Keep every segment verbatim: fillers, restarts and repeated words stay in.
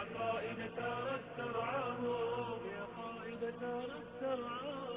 بعقائد سارت ترعاه بعقائد سارت ترعاه.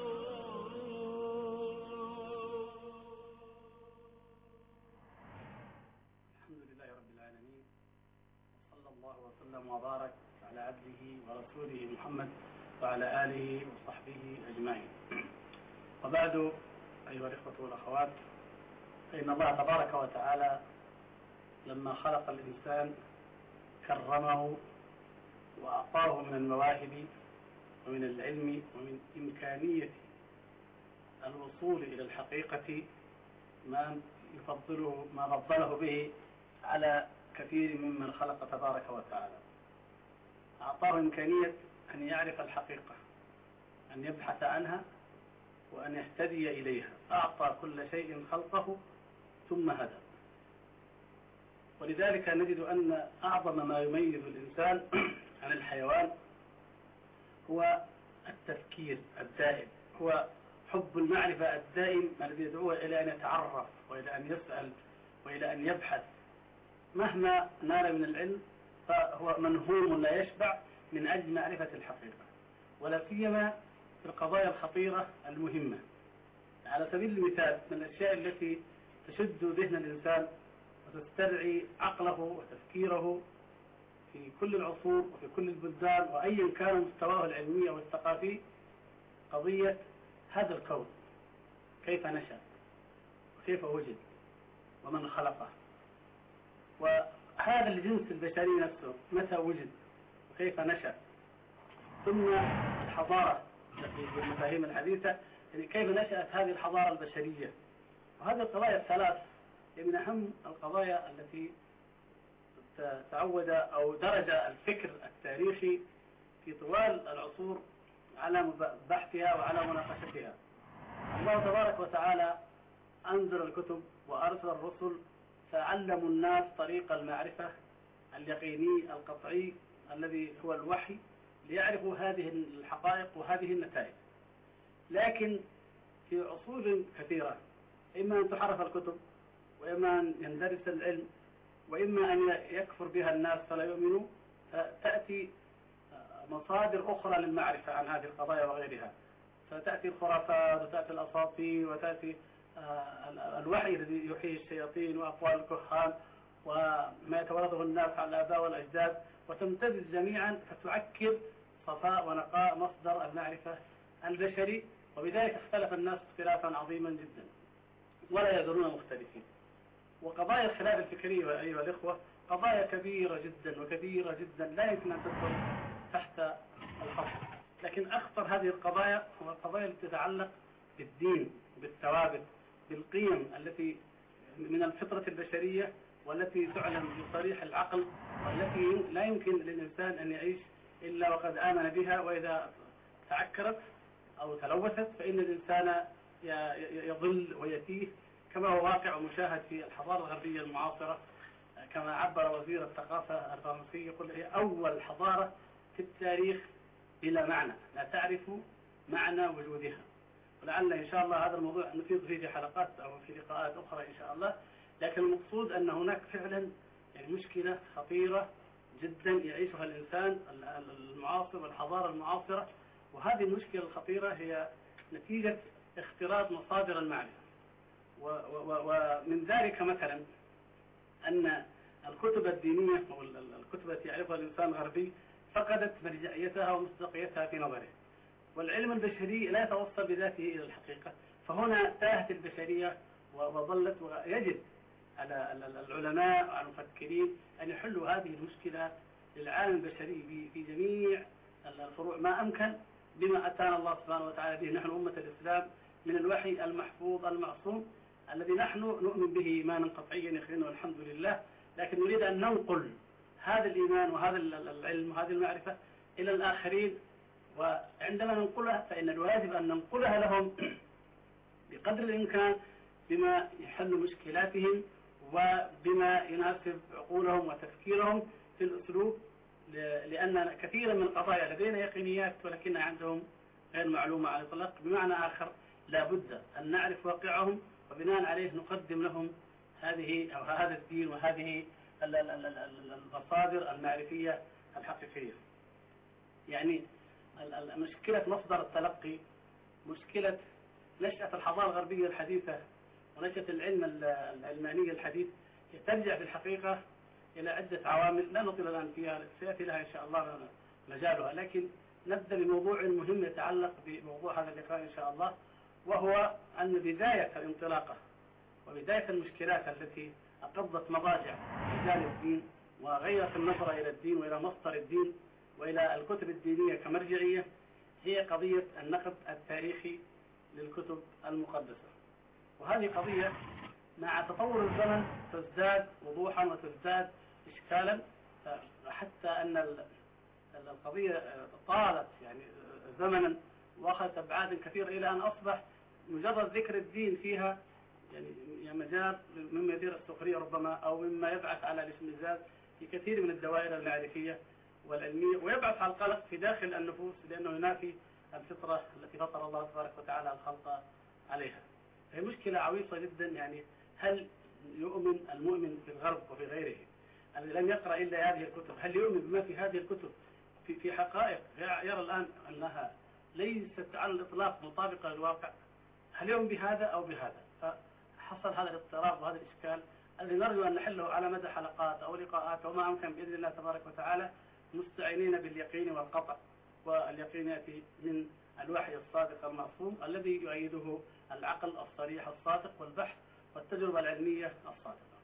الحمد لله رب العالمين، وصلى الله وسلم وبارك على عبده ورسوله محمد وعلى آله وصحبه أجمعين. وبعد، أيها الإخوة والأخوات، فإن الله تبارك وتعالى لما خلق الإنسان كرمه وأعطاه من المواهب ومن العلم ومن إمكانية الوصول إلى الحقيقة ما يفضله ما فضله به على كثير ممن خلق تبارك وتعالى. أعطاه إمكانية أن يعرف الحقيقة، أن يبحث عنها وأن يهتدي إليها. أعطى كل شيء خلقه ثم هدى. ولذلك نجد أن أعظم ما يميز الإنسان عن الحيوان هو التفكير الدائم، هو حب المعرفة الدائم الذي يدعوه إلى أن يتعرف وإلى أن يسأل وإلى أن يبحث. مهما نال من العلم فهو منهوم لا يشبع من أجل معرفة الحقيقة، ولا سيما في القضايا الخطيرة المهمة. على سبيل المثال، من الأشياء التي تشد ذهن الإنسان وتستدعي عقله وتفكيره في كل العصور وفي كل البلدان وأيا كان مستواه العلمي أو الثقافي قضية هذا الكون، كيف نشأ وكيف وجد ومن خلقه، وهذا الجنس البشري نفسه متى وجد وكيف نشأ، ثم الحضارة بالمفاهيم الحديثة، يعني كيف نشأت هذه الحضارة البشرية. وهذه القضايا الثلاث هي من أهم القضايا التي تعود أو درج الفكر التاريخي في طوال العصور على بحثها وعلى مناقشتها. الله تبارك وتعالى أنزل الكتب وأرسل الرسل فعلموا الناس طريق المعرفة اليقيني القطعي الذي هو الوحي، ليعرفوا هذه الحقائق وهذه النتائج. لكن في عصور كثيرة إما أن تحرف الكتب، وإما أن يندرس العلم، وإما أن يكفر بها الناس فلا يؤمنوا، فتأتي مصادر أخرى للمعرفة عن هذه القضايا وغيرها، فتأتي الخرافات وتأتي الأساطير وتأتي الوحي الذي يحيي الشياطين وأقوال الكهان وما يتورثه الناس على الآباء والأجداد، وتمتزج جميعا فتعكر صفاء ونقاء مصدر المعرفة البشري. وبذلك اختلف الناس اختلافا عظيما جدا ولا يزالون مختلفين. وقضايا الخلاف الفكري أيها الإخوة قضايا كبيرة جدا وكبيرة جدا لا يمكن أن تدخل تحت الحصر. لكن أخطر هذه القضايا هو القضايا التي تتعلق بالدين، بالثوابت، بالقيم التي من الفطرة البشرية والتي تعلم بصريح العقل، والتي لا يمكن للإنسان أن يعيش إلا وقد آمن بها، وإذا تعكرت أو تلوثت فإن الإنسان يضل ويتيه، كما هو واقع ومشاهد في الحضارة الغربية المعاصرة. كما عبر وزير الثقافة الفرنسي يقول هي أول حضارة في التاريخ بلا معنى، لا تعرف معنى وجودها. ولعل إن شاء الله هذا الموضوع نفيض فيه في حلقات أو في لقاءات أخرى إن شاء الله. لكن المقصود أن هناك فعلا يعني مشكلة خطيرة جدا يعيشها الإنسان المعاصر والحضارة المعاصرة، وهذه المشكلة الخطيرة هي نتيجة اختراط مصادر المعرفة. ومن ذلك مثلا أن الكتب الدينية أو الكتب التي يعرفها الإنسان الغربي فقدت مرجعيتها ومصداقيتها في نظره، والعلم البشري لا يتوصل بذاته إلى الحقيقة. فهنا تاهت البشرية وظلت. ويجب على العلماء وعلى المفكرين أن يحلوا هذه المشكلة للعالم البشري في جميع الفروع ما أمكن، بما أتانا الله سبحانه وتعالى به نحن أمة الإسلام من الوحي المحفوظ المعصوم الذي نحن نؤمن به إيمانا قطعيا يقينا والحمد لله. لكن نريد أن ننقل هذا الإيمان وهذا العلم وهذه المعرفة إلى الآخرين، وعندما ننقلها فإن الواجب أن ننقلها لهم بقدر الإمكان بما يحل مشكلاتهم وبما يناسب عقولهم وتفكيرهم في الأسلوب، لأن كثيرا من القضايا لدينا يقينيات ولكن عندهم غير معلومة على الإطلاق. بمعنى آخر لا بد أن نعرف واقعهم وبناء عليه نقدم لهم هذه أو هذا الدين وهذه المصادر المعرفية الحقيقية. يعني مشكلة مصدر التلقي، مشكلة نشأة الحضارة الغربية الحديثة ونشأة العلم العلماني الحديث ترجع في الحقيقة إلى عدة عوامل لا نطيل الآن فيها، سيأتي لها إن شاء الله مجالها، لكن نبدأ بموضوع مهم يتعلق بموضوع هذا اللقاء إن شاء الله، وهو أن بداية الانطلاقة وبداية المشكلات التي أقضت مضاجع رجال الدين وغيرت النظرة إلى الدين وإلى مصدر الدين وإلى الكتب الدينية كمرجعية هي قضية النقد التاريخي للكتب المقدسة. وهذه قضية مع تطور الزمن تزداد وضوحا وتزداد إشكالا، حتى أن القضية طالت يعني زمنا وأخذت أبعاد كثيرة إلى أن أصبح مجرد ذكر الدين فيها يعني مجال مما يثير السخرية ربما، أو مما يبعث على الاشمئزاز في كثير من الدوائر المعرفية والعلمية، ويبعث على القلق في داخل النفوس لأنه ينافي الفطرة التي فطر الله تبارك وتعالى الخلق عليها. هي مشكلة عويصة جدا. يعني هل يؤمن المؤمن في الغرب وفي غيره الذي لم يقرأ إلا هذه الكتب، هل يؤمن بما في هذه الكتب في في حقائق يرى الآن أنها ليست على الإطلاق مطابقة للواقع؟ هل يؤمن بهذا أو بهذا؟ فحصل هذا الاضطراب وهذا الإشكال الذي نرجو أن نحله على مدى حلقات أو لقاءات وما أمكن بإذن الله تبارك وتعالى، مستعينين باليقين والقطع. واليقين يأتي من الوحي الصادق المعصوم الذي يؤيده العقل الصريح الصادق والبحث والتجربة العلمية الصادقة.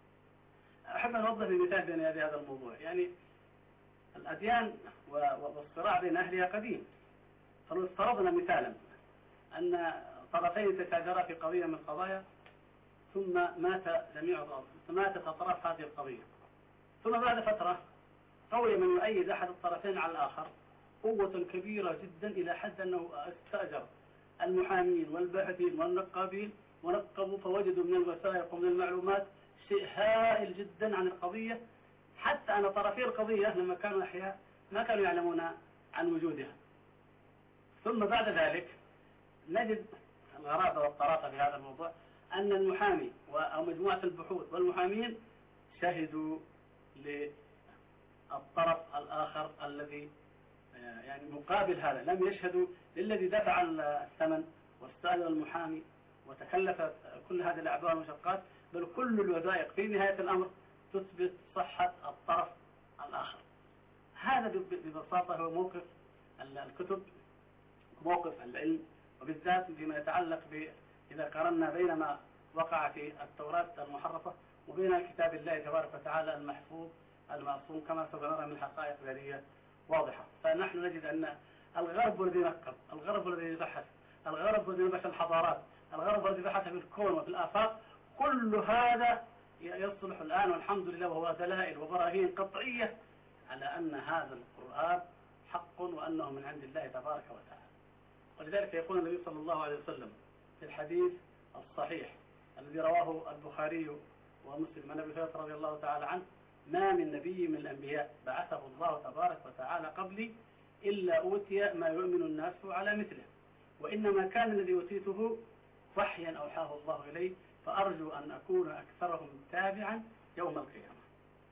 أحب أن أوضح بمثال بين يدي هذا الموضوع. يعني الأديان والصراع بين أهلها قديم. فلو افترضنا مثالا أن طرفين تتاجرا في قضية من القضايا ثم مات جميع ماتت أطراف هذه القضية، ثم بعد فترة قوي من يؤيد أحد الطرفين على الآخر قوة كبيرة جدا إلى حد أنه استأجر المحامين والباحثين والنقابين ونقبوا فوجدوا من الوثائق ومن المعلومات شيء هائل جدا عن القضية، حتى أن طرفي القضية لما كانوا أحياء ما كانوا يعلمون عن وجودها. ثم بعد ذلك نجد الغرابة والطرافة في هذا الموضوع أن المحامي أو مجموعة البحوث والمحامين شهدوا للطرف الآخر الذي يعني مقابل هذا، لم يشهدوا للذي دفع الثمن واستأجر المحامي وتكلف كل هذه الأعباء والمشقات، بل كل الوثائق في نهاية الأمر تثبت صحة الطرف الآخر. هذا ببساطة هو موقف الكتب، موقف العلم، وبالذات فيما يتعلق ب إذا قارنا بين ما وقع في التوراة المحرفة وبين كتاب الله تبارك وتعالى المحفوظ المعصوم كما سنرى من حقائق ذرية واضحة. فنحن نجد أن الغرب الذي نقب، الغرب الذي بحث، الغرب الذي بحث الحضارات، الغرب الذي بحث في الكون وفي الآفاق، كل هذا يصلح الآن والحمد لله وهو دلائل وبراهين قطعية على أن هذا القرآن حق وأنه من عند الله تبارك وتعالى. ولذلك يقول النبي صلى الله عليه وسلم في الحديث الصحيح الذي رواه البخاري ومسلم عن أبي هريرة رضي الله تعالى عنه: ما من نبي من الأنبياء بعثه الله تبارك وتعالى قبلي إلا أوتي ما يؤمن الناس على مثله، وإنما كان الذي أوتيته وحيا أوحاه الله إليه، فأرجو أن أكون أكثرهم تابعا يوم القيامة.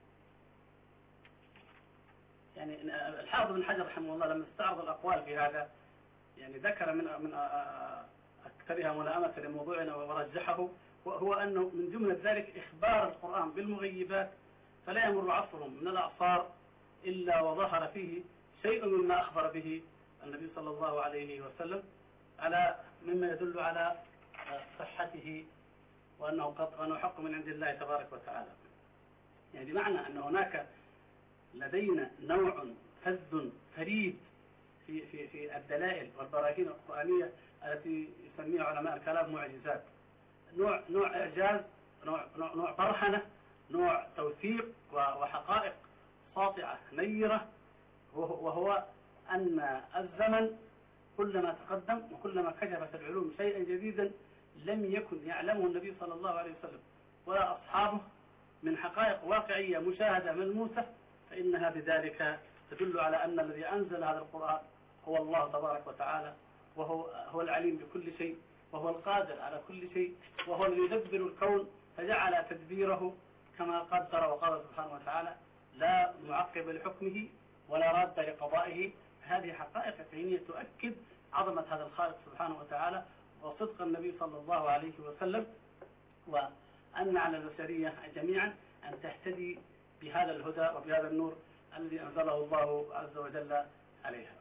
يعني الحافظ بن حجر رحمه الله لما استعرض الأقوال في هذا يعني ذكر من من أكثرها ملائمة لموضوعنا ورجحه، وهو أنه من جملة ذلك إخبار القرآن بالمغيبات، فلا يمر عصر من الأعصار إلا وظهر فيه شيء مما أخبر به النبي صلى الله عليه وسلم على مما يدل على صحته وأنه قطعا وحق من عند الله تبارك وتعالى. يعني بمعنى أن هناك لدينا نوع فذ فريد في في في الدلائل والبراهين القرآنية التي يسميها علماء الكلام معجزات، نوع نوع إعجاز، نوع نوع, نوع برهنة، نوع توثيق وحقائق ساطعة نيرة، وهو أن الزمن كلما تقدم وكلما كشفت العلوم شيئا جديدا لم يكن يعلمه النبي صلى الله عليه وسلم ولا أصحابه من حقائق واقعية مشاهدة ملموسة، فإنها بذلك تدل على أن الذي أنزل هذا القرآن هو الله تبارك وتعالى، وهو هو العليم بكل شيء، وهو القادر على كل شيء، وهو الذي يدبر الكون فجعل تدبيره كما قدر وقال سبحانه وتعالى: لا معقب لحكمه ولا راد لقضائه. هذه حقائق يقينية تؤكد عظمة هذا الخالق سبحانه وتعالى وصدق النبي صلى الله عليه وسلم، وأن على البشرية جميعا أن تهتدي بهذا الهدى وبهذا النور الذي أنزله الله عز وجل عليها.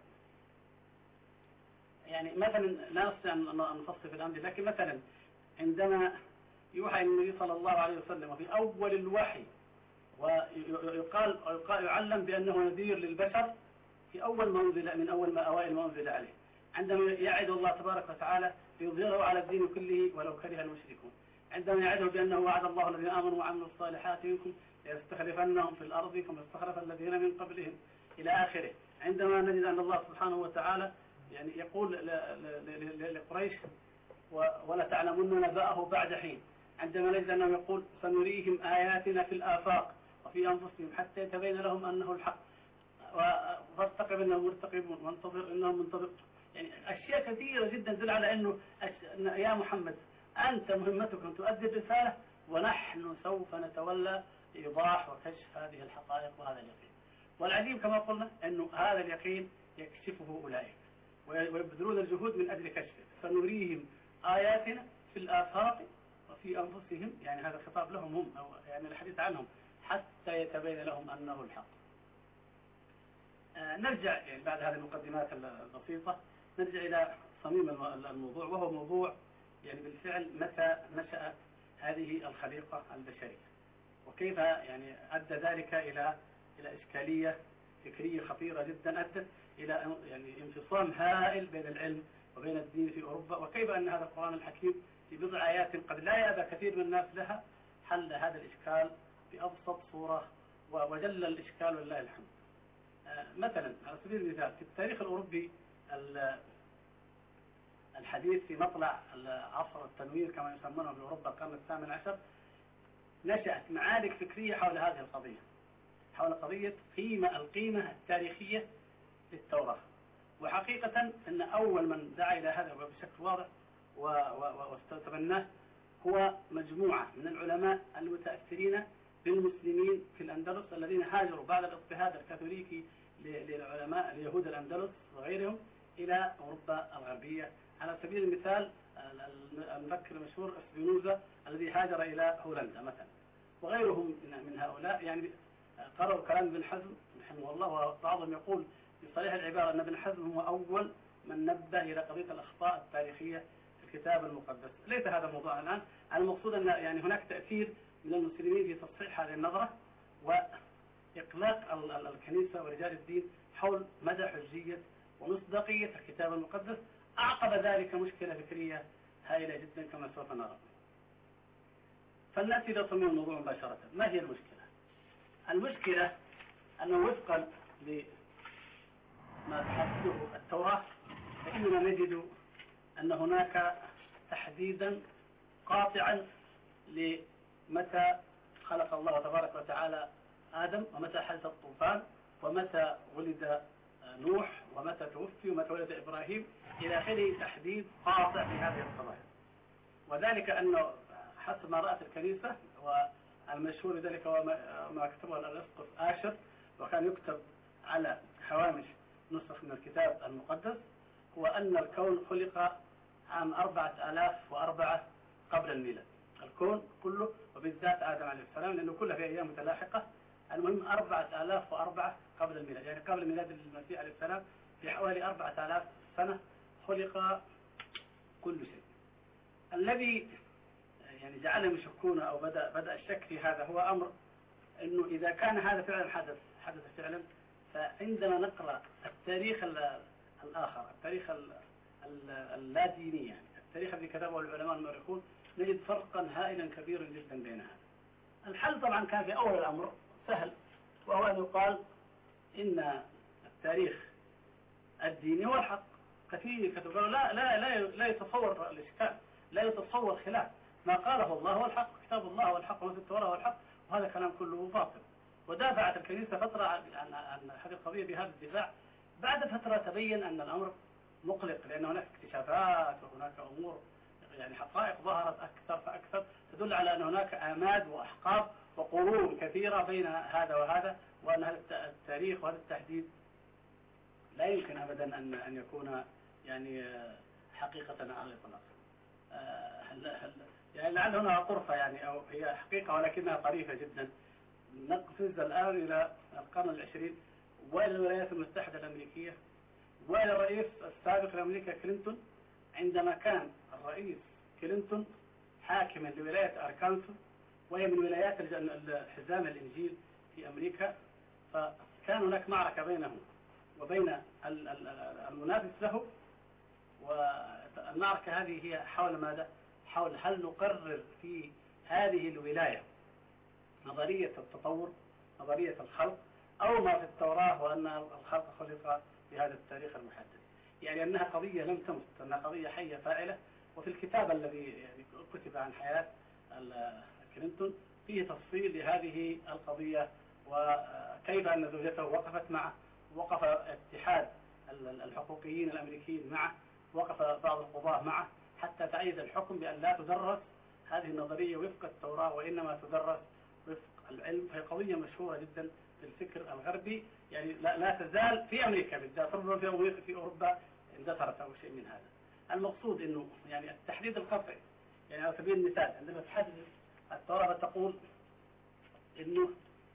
يعني مثلا لا نستطيع أن نفصل في الأمر، لكن مثلا عندما يوحى النبي صلى الله عليه وسلم في أول الوحي ويقال يعلم بأنه نذير للبشر في أول ما أنزل من أول ما أوائل ما أنزل عليه، عندما يعد الله تبارك وتعالى ليظهره على الدين كله ولو كره المشركون، عندما يعده بأنه وعد الله الذين آمنوا وعملوا الصالحات منكم ليستخلفنهم في الأرض كما استخلف الذين من قبلهم إلى آخره، عندما نجد أن الله سبحانه وتعالى يعني يقول لقريش ولا تعلمن نبأه بعد حين، عندما نجد أنه يقول سنريهم آياتنا في الآفاق وفي أنفسهم حتى يتبين لهم أنه الحق وارتقب إنهم مرتقبون وانتظر إنهم منتظر. يعني أشياء كثيرة جدا تدل على أنه يا محمد أنت مهمتك أن تؤدي الرسالة ونحن سوف نتولى إيضاح وكشف هذه الحقائق وهذا اليقين. والعجيب كما قلنا أنه هذا اليقين يكشفه أولئك ويبذلون الجهود من أجل كشفه. سنريهم آياتنا في الآفاق وفي أنفسهم، يعني هذا خطاب لهم هم أو يعني الحديث عنهم حتى يتبين لهم أنه الحق. آه نرجع يعني بعد هذه المقدمات البسيطة نرجع إلى صميم الموضوع، وهو موضوع يعني بالفعل متى نشأت هذه الخليقة البشرية وكيف يعني أدى ذلك إلى إلى إشكالية فكرية خطيرة جدا أدت إلى يعني انفصام هائل بين العلم وبين الدين في أوروبا، وكيف أن هذا القرآن الحكيم في بضع آيات قد لا يأبى كثير من الناس لها حل هذا الإشكال بأبسط صورة وجل الإشكال ولله الحمد. آه مثلا على سبيل المثال في التاريخ الأوروبي الحديث في مطلع عصر التنوير كما يسمونه في أوروبا القرن الثامن عشر نشأت معارك فكرية حول هذه القضية، حول قضية قيمة القيمة التاريخية للتوراة. وحقيقة أن أول من دعا إلى هذا بشكل واضح واستتبناه هو مجموعة من العلماء المتأثرين بالمسلمين في الأندلس الذين هاجروا بعد الاضطهاد الكاثوليكي للعلماء اليهود الأندلس وغيرهم إلى أوروبا الغربية. على سبيل المثال المفكر المشهور اسبينوزا الذي هاجر إلى هولندا مثلا، وغيرهم من هؤلاء يعني قرأوا كلام ابن حزم رحمه الله، وبعضهم يقول بصريح العبارة أن ابن حزم هو أول من نبه إلى قضية الأخطاء التاريخية في الكتاب المقدس. ليس هذا موضوعنا الآن، المقصود أن يعني هناك تأثير من المسلمين في تصحيح هذه النظرة وإقلاق الكنيسة ورجال الدين حول مدى حجية ومصداقية الكتاب المقدس. أعقب ذلك مشكلة فكرية هائلة جدا كما سوف نرى. فلنأتي إلى صميم الموضوع مباشرة. ما هي المشكلة؟ المشكلة أنه وفقا لما تحدده التوراة فإننا نجد أن هناك تحديدا قاطعا لمتى خلق الله تبارك وتعالى آدم، ومتى حدث الطوفان، ومتى ولد نوح، ومتى توفي، ومتى ولد إبراهيم إلى آخره، تحديد قاطع في هذه القضايا. وذلك أنه حسب ما رأت الكنيسة، والمشهور ذلك وما كتبه الأسقف آشر وكان يكتب على هوامش نسخ من الكتاب المقدس، هو أن الكون خلق عام أربعة آلاف وأربعة قبل الميلاد. الكون كله وبالذات آدم عليه السلام لأنه كله في أيام متلاحقة. المهم أربعة آلاف وأربعة قبل الميلاد، يعني قبل ميلاد المسيح عليه السلام في حوالي أربعة آلاف سنة خلق كل شيء. الذي يعني جعلهم يشكون أو بدأ بدأ الشك في هذا هو أمر إنه إذا كان هذا فعلا حدث حدث فعلا، فعندما نقرأ التاريخ الآخر، التاريخ اللا ديني، يعني التاريخ الذي كتبه العلماء المؤرخون، نجد فرقا هائلا كبيرا جدا بين هذا. الحل طبعا كان في أول الأمر سهل، وهو أن يقال إن التاريخ الديني هو الحق. كثير كتبوا لا لا لا لا يتصور الإشكال، لا يتصور خلاف، ما قاله الله هو الحق، كتاب الله هو الحق، وما في التوراة هو الحق، وهذا كلام كله باطل. ودافعت الكنيسة فترة عن عن هذه القضية بهذا الدفاع. بعد فترة تبين أن الأمر مقلق، لأن هناك اكتشافات وهناك أمور يعني حقائق ظهرت أكثر فأكثر تدل على أن هناك آماد وأحقاب وقرون كثيرة بين هذا وهذا، وأن هذا التاريخ وهذا التحديد لا يمكن أبدا أن أن يكون يعني حقيقة على الإطلاق. يعني لعل هنا طرفة يعني أو هي حقيقة ولكنها طريفة جدا. نقفز الآن إلى القرن العشرين وإلى الولايات المتحدة الأمريكية وإلى الرئيس السابق لأمريكا كلينتون، عندما كان الرئيس كلينتون حاكما لولاية أركانسو وهي من ولايات حزام الإنجيل في أمريكا، فكان هناك معركة بينه وبين المنافس له، والمعركة هذه هي حول ماذا؟ حول هل نقرر في هذه الولاية نظرية التطور، نظرية الخلق، أو ما في التوراة وأن الخلق خلق بهذا التاريخ المحدد. يعني أنها قضية لم تمت، أنها قضية حية فاعلة. وفي الكتاب الذي يعني كتب عن حياة كلينتون فيه تفصيل لهذه القضية، وكيف أن زوجته وقفت معه، وقف اتحاد الحقوقيين الأمريكيين معه، وقف بعض القضاة معه، حتى تأيد الحكم بأن لا تدرس هذه النظرية وفق التوراة وإنما تدرس وفق العلم. فهي قضية مشهورة جدا في الفكر الغربي، يعني لا, لا تزال في أمريكا بالذات، ربما في أمريكا في أوروبا اندثرت أو شيء من هذا. المقصود إنه يعني التحديد القطعي، يعني على سبيل المثال عندما تحدد التوراة تقول إنه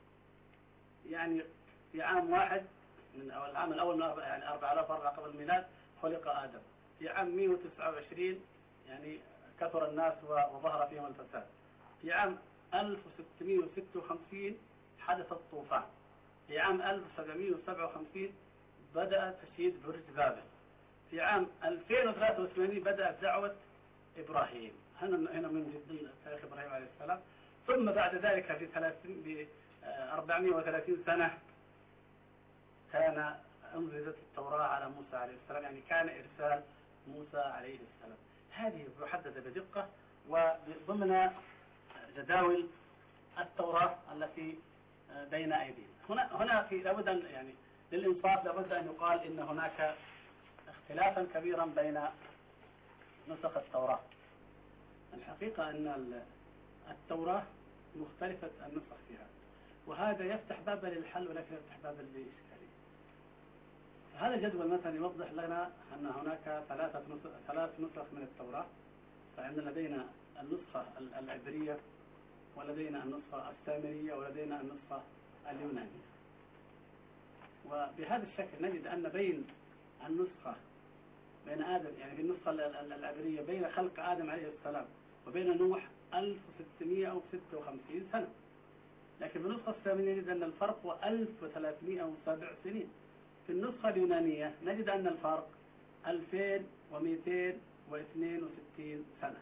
يعني في عام واحد من أو العام الأول من أربع يعني أربعة آلاف وأربعة قبل الميلاد خلق آدم، في عام مئة وتسعة وعشرين يعني كثر الناس وظهر فيهم الفساد، في عام ألف وستمئة وستة وخمسين حدث الطوفان، في عام ألف وسبعمئة وسبعة وخمسين بدأ تشييد برج بابل، في عام ألفين وثلاثة وثمانين بدأت دعوة إبراهيم. هنا هنا من جد تاريخ إبراهيم عليه السلام. ثم بعد ذلك في ثلاثين ب أربعمئة وثلاثين سنة كان أنزلت التوراة على موسى عليه السلام، يعني كان إرسال موسى عليه السلام. هذه محددة بدقة وضمن جداول التوراة التي بين أيدينا. هنا هنا في لابد أن يعني للإنصاف لابد أن يقال إن هناك اختلافا كبيرا بين نسخ التوراة. الحقيقة أن التوراة مختلفة النسخ فيها، وهذا يفتح بابا للحل ولكن يفتح بابا للإشكالية. هذا الجدول مثلا يوضح لنا أن هناك ثلاثة نسخ ثلاث نسخ من التوراة. فعندنا لدينا النسخة العبرية، ولدينا النسخة السامرية، ولدينا النسخة اليونانية. وبهذا الشكل نجد أن بين النسخة بين آدم يعني في النسخة العبرية بين خلق آدم عليه السلام وبين نوح ألف وستمئة وستة وخمسين سنة، لكن في النسخة السامرية نجد أن الفرق هو ألف وثلاثمئة وسبع سنين. في النسخة اليونانية نجد أن الفرق ألفين ومئتين واثنين وستين سنة.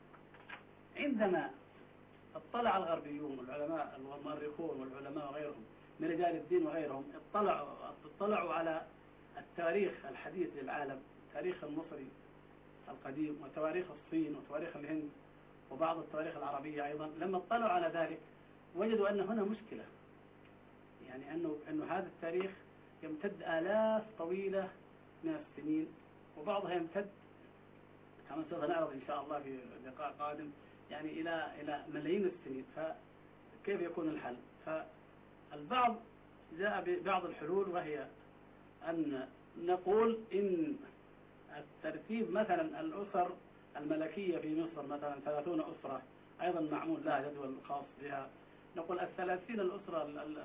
عندما اطلع الغربيون والعلماء والمؤرخون والعلماء وغيرهم من رجال الدين وغيرهم اطلعوا اطلعوا على التاريخ الحديث للعالم، التاريخ المصري القديم وتواريخ الصين وتواريخ الهند وبعض التواريخ العربية أيضا، لما اطلعوا على ذلك وجدوا أن هنا مشكلة، يعني أنه أنه هذا التاريخ يمتد آلاف طويلة من السنين، وبعضها يمتد كما سوف نعرض إن شاء الله في لقاء قادم يعني إلى إلى ملايين السنين. فكيف يكون الحل؟ فالبعض جاء ببعض الحلول، وهي أن نقول إن الترتيب مثلا الأسر الملكية في مصر مثلا ثلاثون أسرة أيضا معمول لها جدول خاص بها. نقول الثلاثين الأسرة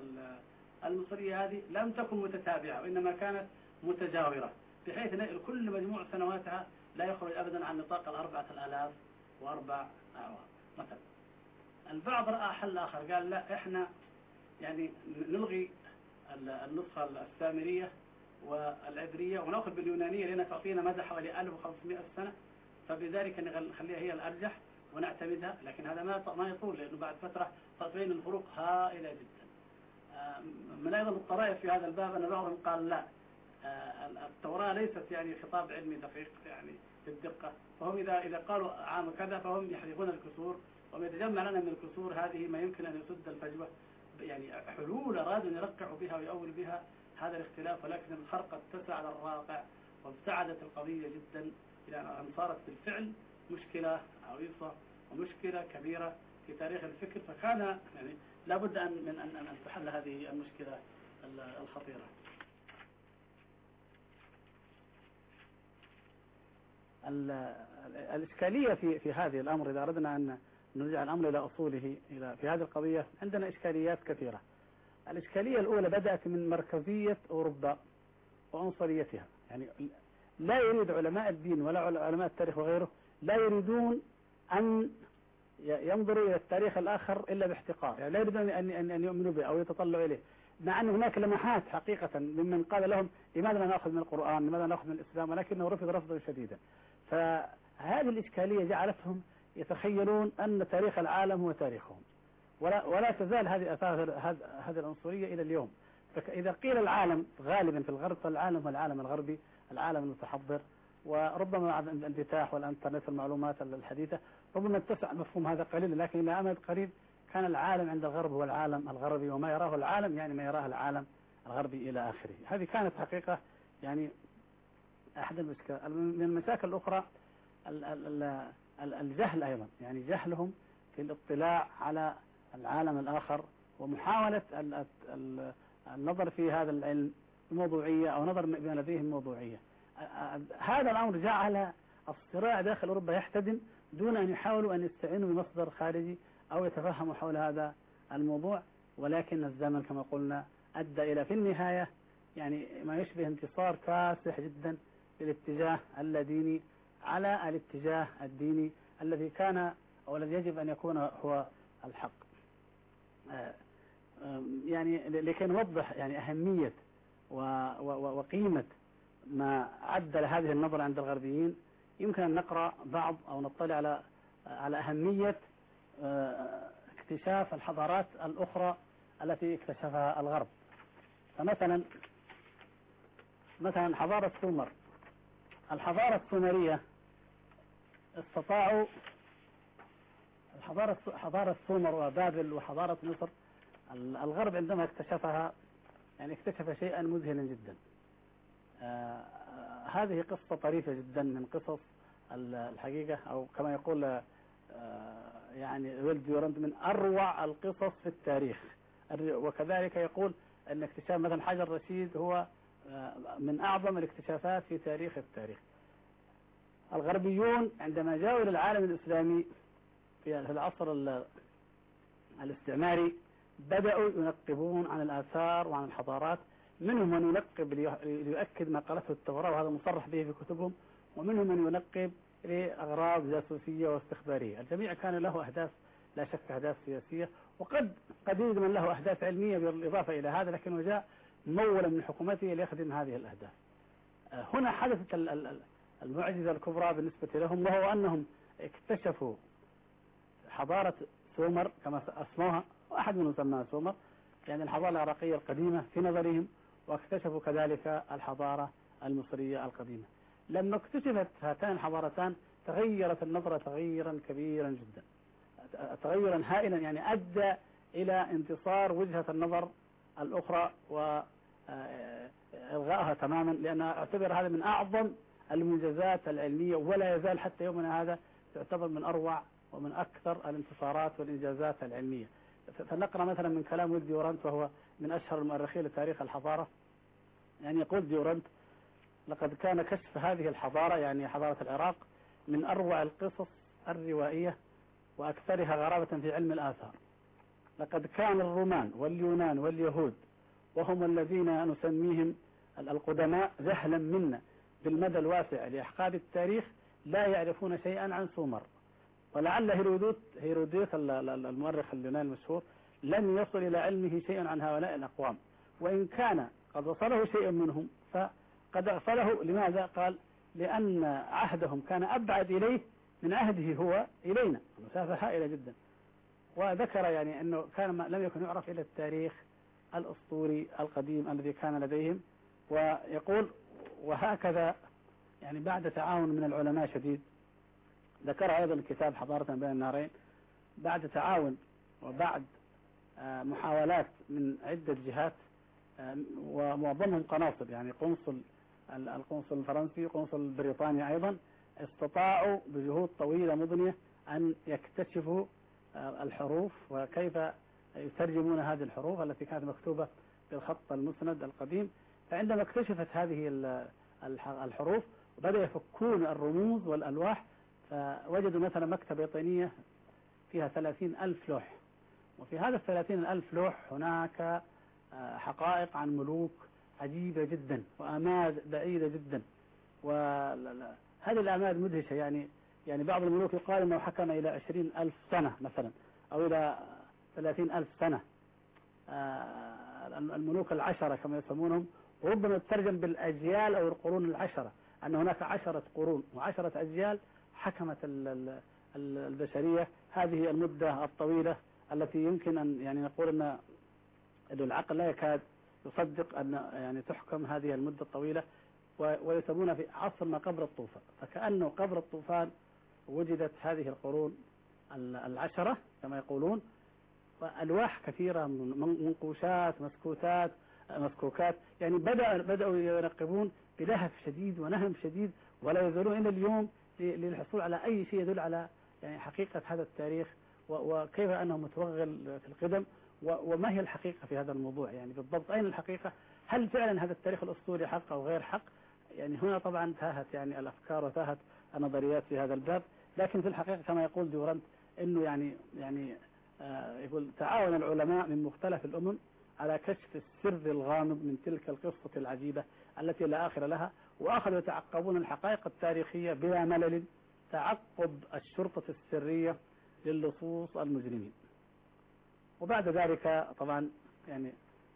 المصرية هذه لم تكن متتابعة وإنما كانت متجاورة، بحيث أن كل مجموع سنواتها لا يخرج أبدا عن نطاق الأربعة الآلاف وأربع أعوام مثلا. البعض رأى حل آخر، قال لا إحنا يعني نلغي النسخة السامرية والعبرية ونأخذ باليونانية لأنها تعطينا مدى حوالي ألف وخمسمئة سنة، فبذلك نخليها هي الأرجح ونعتمدها. لكن هذا ما ما يطول، لأنه بعد فترة تبين الفروق هائلة جدا. من أيضا الطرائف في هذا الباب أن بعضهم قال لا، التوراة ليست يعني خطاب علمي دقيق يعني بالدقة، فهم إذا إذا قالوا عام كذا فهم يحذفون الكسور، وما يتجمع لنا من الكسور هذه ما يمكن أن يسد الفجوة. يعني حلول أرادوا أن يرقعوا بها ويؤول بها هذا الاختلاف، ولكن الخرق اتسع على الواقع وابتعدت القضية جدا إلى أن صارت بالفعل مشكلة عويصة ومشكلة كبيرة في تاريخ الفكر. فكان يعني لابد أن من أن أن تحل هذه المشكلة الخطيرة. الإشكالية في في هذه الأمر، إذا أردنا أن نرجع الأمر إلى أصوله إلى في هذه القضية، عندنا إشكاليات كثيرة. الإشكالية الأولى بدأت من مركزية أوروبا وعنصريتها. يعني لا يريد علماء الدين ولا علماء التاريخ وغيره، لا يريدون أن ينظروا إلى التاريخ الآخر إلا باحتقار. يعني لا يريدون أن أن أن يؤمنوا به أو يتطلعوا إليه، مع أن هناك لمحات حقيقة ممن قال لهم لماذا لا نأخذ من القرآن، لماذا لا نأخذ من الإسلام، ولكنه رفض رفضا شديدا. فهذه الإشكالية جعلتهم يتخيلون أن تاريخ العالم هو تاريخهم، ولا ولا تزال هذه آثار هذه العنصرية إلى اليوم. فإذا قيل العالم غالبا في الغرب، فالعالم هو العالم الغربي، العالم المتحضر، وربما مع الانفتاح والانترنت والمعلومات الحديثة ربما اتسع مفهوم هذا قليلا، لكن إلى أمد قريب كان العالم عند الغرب هو العالم الغربي، وما يراه العالم يعني ما يراه العالم الغربي إلى آخره. هذه كانت حقيقة يعني أحد المشكلات. من المشاكل الأخرى الجهل أيضا، يعني جهلهم في الاطلاع على العالم الآخر ومحاولة النظر في هذا العلم بموضوعية أو نظر بما لديهم موضوعية. هذا الأمر جعل الصراع داخل أوروبا يحتدم دون أن يحاولوا أن يستعينوا بمصدر خارجي أو يتفهموا حول هذا الموضوع. ولكن الزمن كما قلنا أدى إلى في النهاية يعني ما يشبه انتصار كاسح جدا للاتجاه اللاديني على الاتجاه الديني الذي كان أو الذي يجب أن يكون هو الحق. يعني لكي نوضح يعني أهمية وقيمة ما عدل هذه النظرة عند الغربيين، يمكن أن نقرأ بعض أو نطلع على على أهمية اكتشاف الحضارات الأخرى التي اكتشفها الغرب. فمثلا مثلا حضارة سومر، الحضارة السومرية استطاعوا الحضارة حضارة سومر وبابل وحضارة مصر، الغرب عندما اكتشفها يعني اكتشف شيئا مذهلا جدا. آه هذه قصة طريفة جدا من قصص الحقيقة، أو كما يقول آه يعني ويل ديورانت من أروع القصص في التاريخ. وكذلك يقول أن اكتشاف مثلا حجر رشيد هو آه من أعظم الاكتشافات في تاريخ التاريخ. الغربيون عندما جاءوا إلى العالم الإسلامي في العصر الاستعماري بدأوا ينقبون عن الآثار وعن الحضارات، منهم من ينقب ليؤكد ما قالته التوراة وهذا مصرح به في كتبهم، ومنهم من ينقب لأغراض جاسوسية واستخبارية. الجميع كان له أهداف لا شك أهداف سياسية، وقد قد يوجد من له أهداف علمية بالإضافة إلى هذا، لكنه جاء مولا من حكومته ليخدم هذه الأهداف. هنا حدثت المعجزة الكبرى بالنسبة لهم، وهو أنهم اكتشفوا حضارة سومر كما أسموها، وأحد منهم سماها سومر، يعني الحضارة العراقية القديمة في نظرهم، واكتشفوا كذلك الحضارة المصرية القديمة. لما اكتشفت هاتان الحضارتان تغيرت النظرة تغيرا كبيرا جدا، تغيرا هائلا، يعني أدى إلى انتصار وجهة النظر الأخرى وإلغائها تماما، لأن اعتبر هذا من أعظم المنجزات العلمية، ولا يزال حتى يومنا هذا تعتبر من أروع ومن أكثر الانتصارات والإنجازات العلمية. فنقرأ مثلا من كلام ويل ديورانت، وهو من أشهر المؤرخين لتاريخ الحضارة، يعني يقول ديورانت: لقد كان كشف هذه الحضارة يعني حضارة العراق من أروع القصص الروائية وأكثرها غرابة في علم الآثار. لقد كان الرومان واليونان واليهود وهم الذين نسميهم القدماء جهلا منا بالمدى الواسع لأحقاب التاريخ لا يعرفون شيئا عن سومر، ولعل هيرودوت هيرودوت المؤرخ اليوناني المشهور لم يصل إلى علمه شيء عن هؤلاء الأقوام، وإن كان قد وصله شيء منهم فقد أغفله. لماذا؟ قال: لأن عهدهم كان أبعد إليه من عهده هو إلينا، مسافة هائلة جدا. وذكر يعني أنه كان لم يكن يعرف إلى التاريخ الأسطوري القديم الذي كان لديهم. ويقول: وهكذا يعني بعد تعاون من العلماء شديد، ذكر أيضا الكتاب حضارة بين النارين، بعد تعاون وبعد محاولات من عدة جهات ومعظمهم قناصل، يعني قنصل القنصل الفرنسي قنصل البريطاني أيضا، استطاعوا بجهود طويلة مضنية أن يكتشفوا الحروف وكيف يترجمون هذه الحروف التي كانت مكتوبة بالخط المسند القديم. فعندما اكتشفت هذه الحروف بدأ يفكون الرموز والألواح، فوجدوا مثلا مكتبة طينية فيها ثلاثين ألف لوح، وفي هذا الثلاثين ألف لوح هناك حقائق عن ملوك عجيبة جدا وأماد بعيدة جدا، وهذه الأماد مدهشة. يعني يعني بعض الملوك يقال أنه حكم إلى عشرين ألف سنة مثلا أو إلى ثلاثين ألف سنة، الملوك العشرة كما يسمونهم، وربما تترجم بالأجيال أو القرون العشرة، أن هناك عشرة قرون وعشرة أجيال حكمت البشرية هذه المدة الطويلة التي يمكن أن يعني نقول أن العقل لا يكاد يصدق أن يعني تحكم هذه المدة الطويلة، ويسمونها في عصر ما قبل الطوفان. فكأنه قبل الطوفان وجدت هذه القرون العشرة كما يقولون، وألواح كثيرة، منقوشات، مسكوتات، مسكوكات، يعني بدأ بدأوا ينقبون بلهف شديد ونهم شديد، ولا يزالون إلى اليوم للحصول على أي شيء يدل على يعني حقيقة هذا التاريخ وكيف أنه متوغل في القدم، وما هي الحقيقة في هذا الموضوع، يعني بالضبط أين الحقيقة؟ هل فعلا هذا التاريخ الأسطوري حق أو غير حق؟ يعني هنا طبعا تاهت يعني الأفكار وتاهت النظريات في هذا الباب. لكن في الحقيقة كما يقول دورانت إنه يعني يعني آه يقول تعاون العلماء من مختلف الأمم على كشف السر الغامض من تلك القصة العجيبة التي لا آخر لها، وأخذوا يتعقبون الحقائق التاريخية بلا ملل تعقب الشرطة السرية للصوص المجرمين. وبعد ذلك طبعا يعني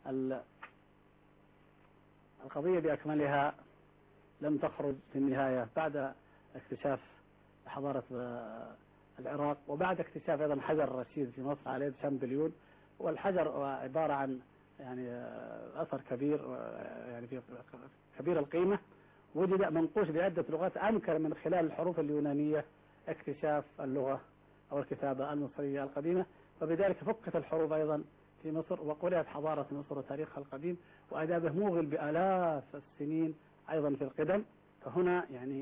القضية بأكملها لم تخرج في النهاية بعد اكتشاف حضارة العراق، وبعد اكتشاف أيضا حجر الرشيد في مصر عليه شامبليون، والحجر عبارة عن يعني أثر كبير يعني كبير القيمة، وجد منقوش بعدة لغات أمكن من خلال الحروف اليونانية اكتشاف اللغة أو الكتابة المصرية القديمة، وبذلك فكت الحروب أيضا في مصر، وقرأت حضارة مصر وتاريخها القديم، وأدابه موغل بآلاف السنين أيضا في القدم. فهنا يعني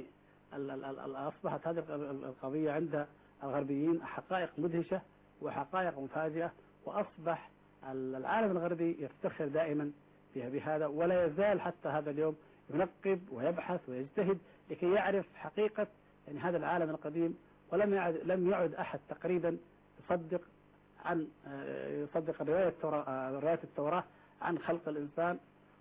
أصبحت هذه القضية عند الغربيين حقائق مدهشة وحقائق مفاجئة، وأصبح العالم الغربي يفتخر دائما بهذا، ولا يزال حتى هذا اليوم ينقب ويبحث ويجتهد لكي يعرف حقيقة يعني هذا العالم القديم. ولم يعد لم يعد أحد تقريبا يصدق عن يصدق رواية التوراة رواية التوراة عن خلق الإنسان،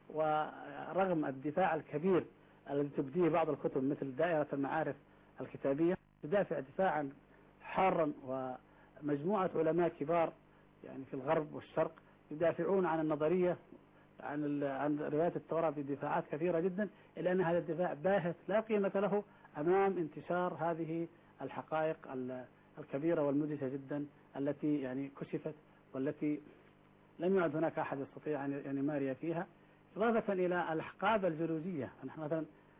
ورغم الدفاع الكبير الذي تبديه بعض الكتب مثل دائرة المعارف الكتابية تدافع دفاعا حارا، ومجموعة علماء كبار يعني في الغرب والشرق يدافعون عن النظرية عن عن رواية التوراة بدفاعات كثيرة جدا، إلا أن هذا الدفاع باهت لا قيمة له أمام انتشار هذه الحقائق الكبيرة والمدهشة جدا التي يعني كشفت، والتي لم يعد هناك أحد يستطيع أن يعني يماري فيها، إضافة إلى الأحقاب الجيولوجية. نحن مثلا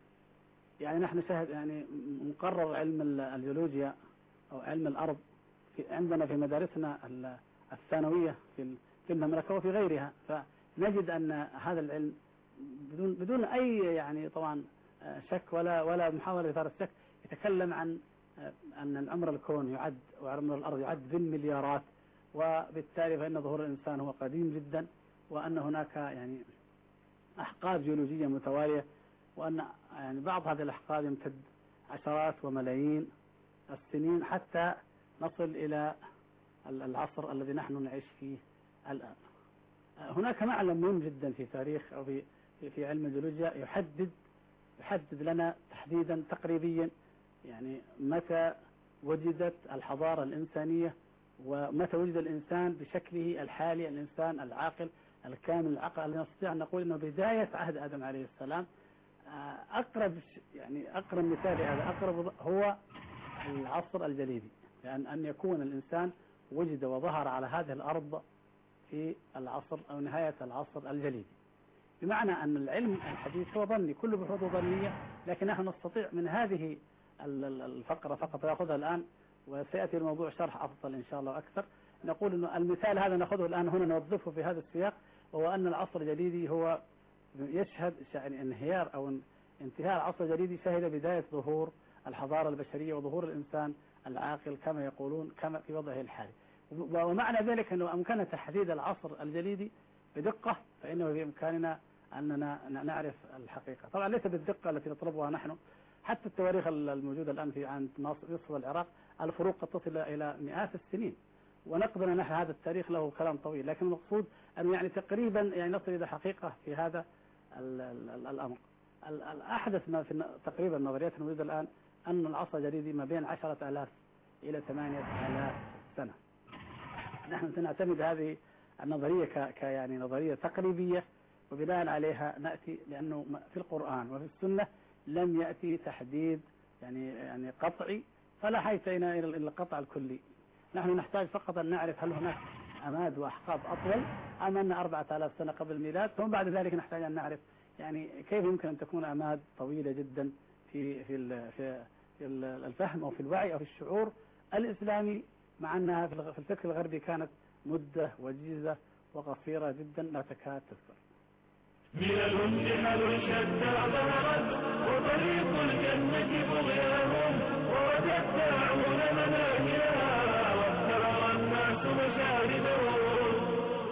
يعني نحن شاهد يعني مقرر علم الجيولوجيا أو علم الأرض في عندنا في مدارسنا الثانوية في في المملكة وفي غيرها، فنجد أن هذا العلم بدون بدون أي يعني طبعا شك ولا ولا محاولة إثارة الشك يتكلم عن أن العمر الكون يعد وعمر الأرض يعد بالمليارات، وبالتالي فإن ظهور الإنسان هو قديم جدا، وأن هناك يعني أحقاب جيولوجية متوالية، وأن يعني بعض هذه الأحقاب يمتد عشرات وملايين السنين حتى نصل إلى العصر الذي نحن نعيش فيه الآن. هناك معلم مهم جدا في تاريخ أو في في علم الجيولوجيا يحدد يحدد لنا تحديدا تقريبيا يعني متى وجدت الحضارة الإنسانية، ومتى وجد الإنسان بشكله الحالي، الإنسان العاقل الكامل العقل الذي نستطيع أن نقول أنه بداية عهد آدم عليه السلام. أقرب يعني أقرب مثال هذا أقرب هو العصر الجليدي، لأن أن يكون الإنسان وجد وظهر على هذه الأرض في العصر أو نهاية العصر الجليدي، بمعنى أن العلم الحديث هو ظني، كل بحوثه ظنية، لكن نحن نستطيع من هذه الفقرة فقط يأخذها الآن، وسيأتي الموضوع شرح أفضل إن شاء الله أكثر، نقول أنه المثال هذا نأخذه الآن هنا نوظفه في هذا السياق، وهو أن العصر الجليدي هو يشهد يعني انهيار أو انتهاء العصر الجليدي شهد بداية ظهور الحضارة البشرية وظهور الإنسان العاقل كما يقولون كما في وضعه الحالي. ومعنى ذلك أنه أمكن تحديد العصر الجليدي بدقة، فإنه بإمكاننا أننا نعرف الحقيقة. طبعا ليس بالدقة التي نطلبها نحن، حتى التواريخ الموجودة الآن في عند مصر والعراق الفروق قد تصل إلى مئات السنين، ونقدر نحن هذا التاريخ له كلام طويل، لكن المقصود أن يعني تقريبا يعني نصل إلى حقيقة في هذا ال ال الأمر. الأحدث ما في تقريبا النظريات الموجودة الآن أن العصر الجليدي ما بين عشرة آلاف إلى ثمانية آلاف سنة. نحن سنعتمد هذه النظرية ك يعني نظرية تقريبية، وبناء عليها نأتي، لأنه في القرآن وفي السنة لم يأتي تحديد يعني يعني قطعي، فلا حاجة إلى القطع الكلي. نحن نحتاج فقط أن نعرف هل هناك أماد وأحقاب أطول أم أن أربعة آلاف سنة قبل الميلاد، ثم بعد ذلك نحتاج أن نعرف يعني كيف يمكن أن تكون أماد طويلة جدا في في في الفهم أو في الوعي أو في الشعور الإسلامي، مع أنها في الفكر الغربي كانت مدة وجيزة وقصيرة جدا لا تكاد تذكر. من جمل شتى ظهرت وطريق الجنة بغياهم، وتتبعون مناهجها وافترى الناس مشاهدهم.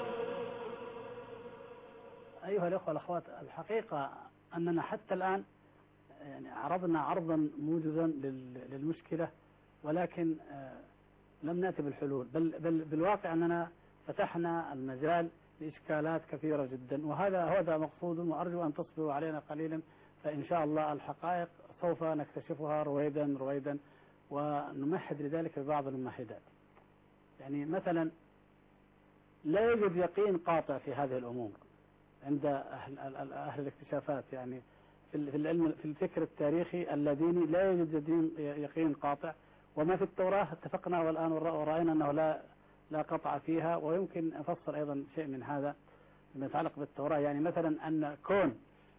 أيها الأخوة والأخوات، الحقيقة أننا حتى الآن يعني عرضنا عرضا موجزا للمشكلة، ولكن لم نأتي بالحلول، بل, بل بالواقع أننا فتحنا المجال لإشكالات كثيرة جدا، وهذا هذا مقصود، وأرجو أن تصبروا علينا قليلا، فإن شاء الله الحقائق سوف نكتشفها رويدا رويدا، ونمهد لذلك ببعض الممهدات. يعني مثلا لا يوجد يقين قاطع في هذه الأمور عند أهل, أهل الاكتشافات، يعني في العلم في الفكر التاريخي اللاديني لا يوجد يقين قاطع، وما في التوراة اتفقنا والآن ورأينا أنه لا لا قطع فيها. ويمكن أفسر أيضا شيء من هذا فيما يتعلق بالتوراة، يعني مثلا أن كون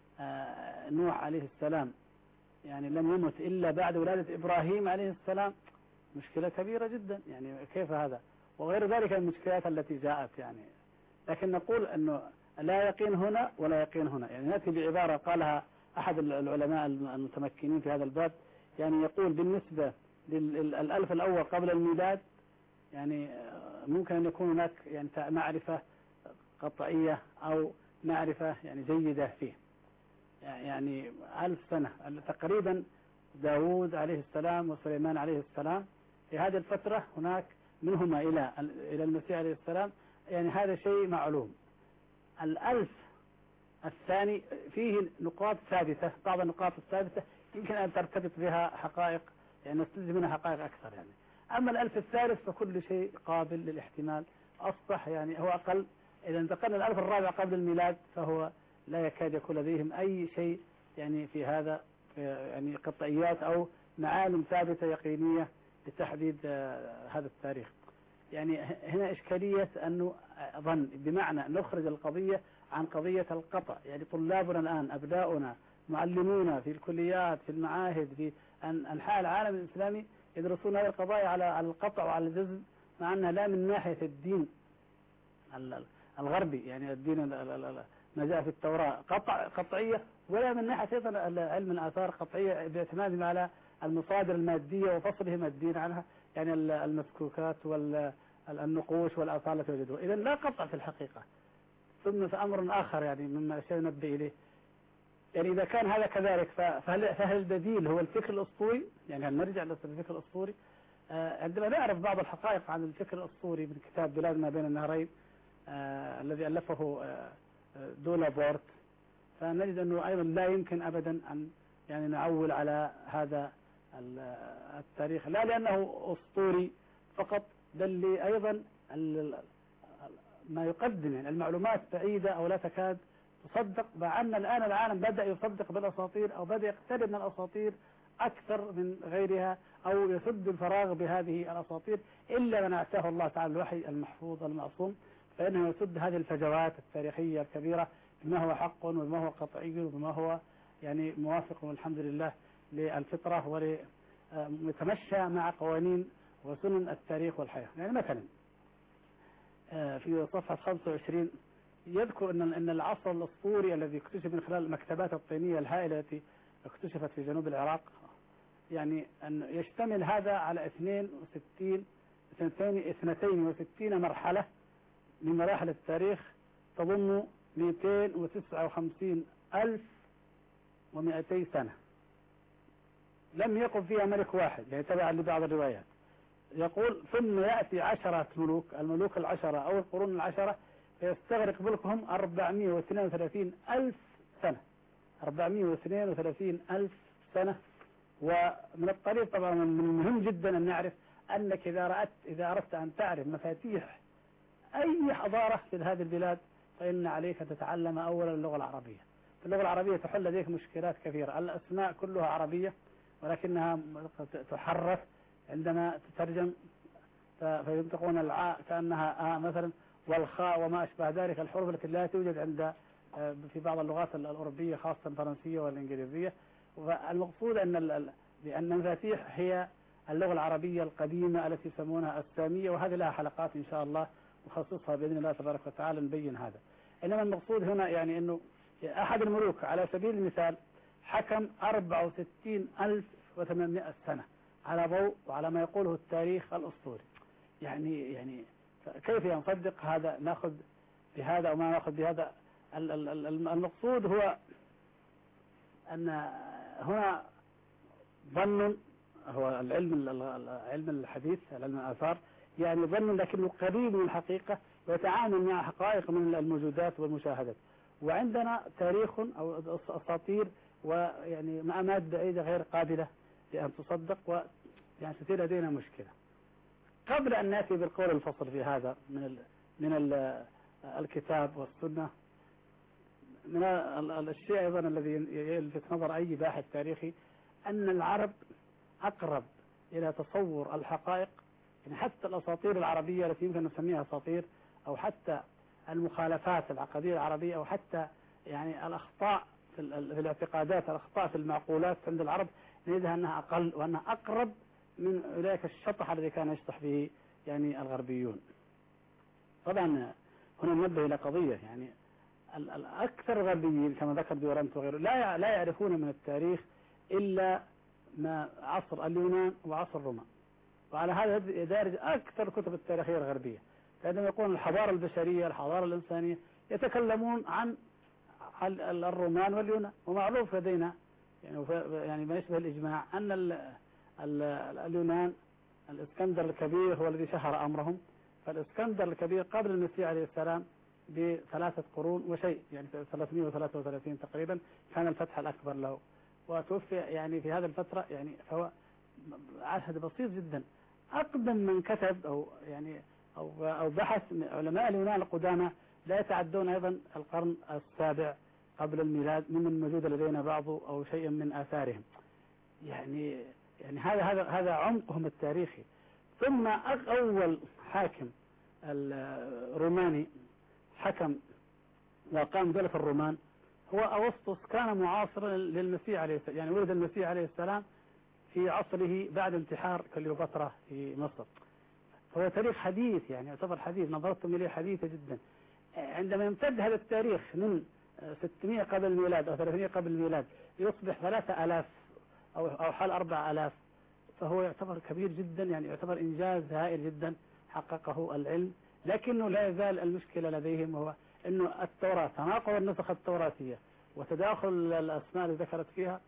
نوح عليه السلام يعني لم يمت إلا بعد ولادة إبراهيم عليه السلام مشكلة كبيرة جدا، يعني كيف هذا؟ وغير ذلك المشكلات التي جاءت يعني. لكن نقول أنه لا يقين هنا ولا يقين هنا، يعني نأتي بعبارة قالها أحد العلماء المتمكنين في هذا الباب، يعني يقول بالنسبة للألف الأول قبل الميلاد يعني ممكن أن يكون هناك يعني معرفة قطعية أو معرفة يعني جيدة فيه، يعني ألف سنة تقريبا داود عليه السلام وسليمان عليه السلام، في هذه الفترة هناك منهما إلى إلى المسيح عليه السلام، يعني هذا شيء معلوم. الألف الثاني فيه نقاط ثابتة، بعض النقاط الثابتة يمكن أن ترتبط بها حقائق يعني نستنتج منها حقائق أكثر يعني. أما الألف الثالث فكل شيء قابل للاحتمال، أصبح يعني هو أقل. إذا انتقلنا الألف الرابع قبل الميلاد فهو لا يكاد يكون لديهم أي شيء يعني في هذا يعني قطعيات أو معالم ثابتة يقينية لتحديد هذا التاريخ. يعني هنا إشكالية أنه ظن، بمعنى نخرج القضية عن قضية القطع. يعني طلابنا الآن أبناؤنا معلمونا في الكليات في المعاهد في أنحاء العالم الإسلامي يدرسون هذه القضايا على القطع وعلى الجزم، مع أنها لا من ناحية الدين الغربي يعني الدين ما جاء في التوراة قطع قطعية، ولا من ناحية أيضا علم الآثار قطعية باعتمادهم على المصادر المادية وفصلهم الدين عنها، يعني المسكوكات والنقوش والآثار التي وجدوها. إذا لا قطع في الحقيقة. ثم في أمر آخر يعني مما أشياء نبدأ إليه، يعني إذا كان هذا كذلك فهل, فهل البديل هو الفكر الأسطوري؟ يعني هل نرجع للفكر الأسطوري؟ آه عندما نعرف بعض الحقائق عن الفكر الأسطوري من كتاب بلاد ما بين النهرين آه الذي ألفه آه دولا بورت، فنجد أنه أيضا لا يمكن أبدا أن يعني نعول على هذا التاريخ، لا لأنه أسطوري فقط، بل أيضا ما يقدم يعني المعلومات بعيدة أو لا تكاد تصدق، مع أن الآن العالم بدأ يصدق بالأساطير أو بدأ يقترب من الأساطير أكثر من غيرها، أو يسد الفراغ بهذه الأساطير، إلا من أعطاه الله تعالى الوحي المحفوظ المعصوم، فإنه يسد هذه الفجوات التاريخية الكبيرة بما هو حق وما هو قطعي وما هو يعني موافق والحمد لله للفطرة وليتمشى مع قوانين وسنن التاريخ والحياة. يعني مثلا في صفحة خمسة وعشرين يذكر أن أن العصر الأسطوري الذي اكتشف من خلال المكتبات الطينية الهائلة التي اكتشفت في جنوب العراق، يعني أن يشتمل هذا على اثنين وستين اثنتين اثنتين وستين مرحلة من مراحل التاريخ تضم مئتين وتسعة وخمسين ألف ومئتي سنة، لم يقم فيها ملك واحد يعني تبعا لبعض الروايات. يقول ثم يأتي عشرة ملوك، الملوك العشرة أو القرون العشرة، فيستغرق ملكهم أربعمائة واثنين وثلاثين ألف سنة، أربعمائة واثنين وثلاثين ألف سنة. ومن الطريق طبعا من المهم جدا أن نعرف أنك إذا رأت إذا أردت أن تعرف مفاتيح أي حضارة في هذه البلاد فإن عليك تتعلم أولا اللغة العربية. اللغة العربية تحل لديك مشكلات كثيرة، الأسماء كلها عربية ولكنها تحرف عندما تترجم فينطقون العاء كأنها آ مثلا، والخاء وما أشبه ذلك، الحروف التي لا توجد عند في بعض اللغات الأوروبية خاصة الفرنسية والإنجليزية. والمقصود أن بأن المفاتيح هي اللغة العربية القديمة التي يسمونها السامية، وهذه لها حلقات إن شاء الله نخصصها بإذن الله تبارك وتعالى نبين هذا. إنما المقصود هنا يعني أنه أحد الملوك على سبيل المثال حكم أربعة وستين ألف وثمانمائة سنة على ضوء وعلى ما يقوله التاريخ الأسطوري. يعني يعني كيف ينصدق هذا؟ نأخذ بهذا وما نأخذ بهذا. المقصود هو أن هنا ظن، هو العلم علم الحديث علم الآثار يعني ظن لكنه قريب من الحقيقة ويتعامل مع حقائق من الموجودات والمشاهدات. وعندنا تاريخ أو أساطير ويعني مأمات بعيدة غير قابلة لأن تصدق، ويعني تصير لدينا مشكلة. قبل أن نأتي بالقول الفصل في هذا من ال من ال الكتاب والسنة، من الشيء أيضا الذي يلفت نظر أي باحث تاريخي أن العرب أقرب إلى تصور الحقائق، يعني حتى الأساطير العربية التي يمكن نسميها أساطير، أو حتى المخالفات العقدية العربية، أو حتى يعني الأخطاء في الاعتقادات، الأخطاء في المعقولات عند العرب، نجدها أنها أقل وأنها أقرب من أولئك الشطح الذي كان يشطح به يعني الغربيون. طبعا هنا ننبه إلى قضية، يعني الأكثر غربيين كما ذكر ديورانت وغيره لا لا يعرفون من التاريخ إلا ما عصر اليونان وعصر الرومان، وعلى هذا يدارج أكثر كتب التاريخية الغربية. عندما يقولون الحضارة البشرية الحضارة الإنسانية يتكلمون عن الرومان واليونان، ومعروف لدينا يعني يعني ما يشبه الإجماع أن ال ال اليونان الإسكندر الكبير هو الذي شهر أمرهم. فالإسكندر الكبير قبل المسيح عليه السلام بثلاثة قرون وشيء، يعني ثلاثمائة وثلاثة وثلاثين تقريبا كان الفتح الأكبر له، وتوفي يعني في هذه الفترة، يعني فهو عهد بسيط جدا. أقدم من كتب أو يعني أو أو بحث علماء اليونان القدامى لا يتعدون أيضا القرن السابع قبل الميلاد ممن موجود لدينا بعض أو شيء من آثارهم. يعني يعني هذا هذا هذا عمقهم التاريخي. ثم أول حاكم الروماني حكم وقام دولة الرومان هو أغسطس، كان معاصرا للمسيح عليه السلام، يعني ولد المسيح عليه السلام في عصره بعد انتحار كليوباترا في مصر. هو تاريخ حديث، يعني يعتبر حديث، نظرتم إليه حديثة جدا. عندما يمتد هذا التاريخ من ستمائة قبل الميلاد أو ثلاثمائة قبل الميلاد يصبح ثلاثة آلاف أو أو حال أربعة آلاف، فهو يعتبر كبير جدا، يعني يعتبر إنجاز هائل جدا حققه العلم. لكنه لا يزال المشكلة لديهم هو أنه التوراة تناقض النسخ التوراتية وتداخل الأسماء اللي ذكرت فيها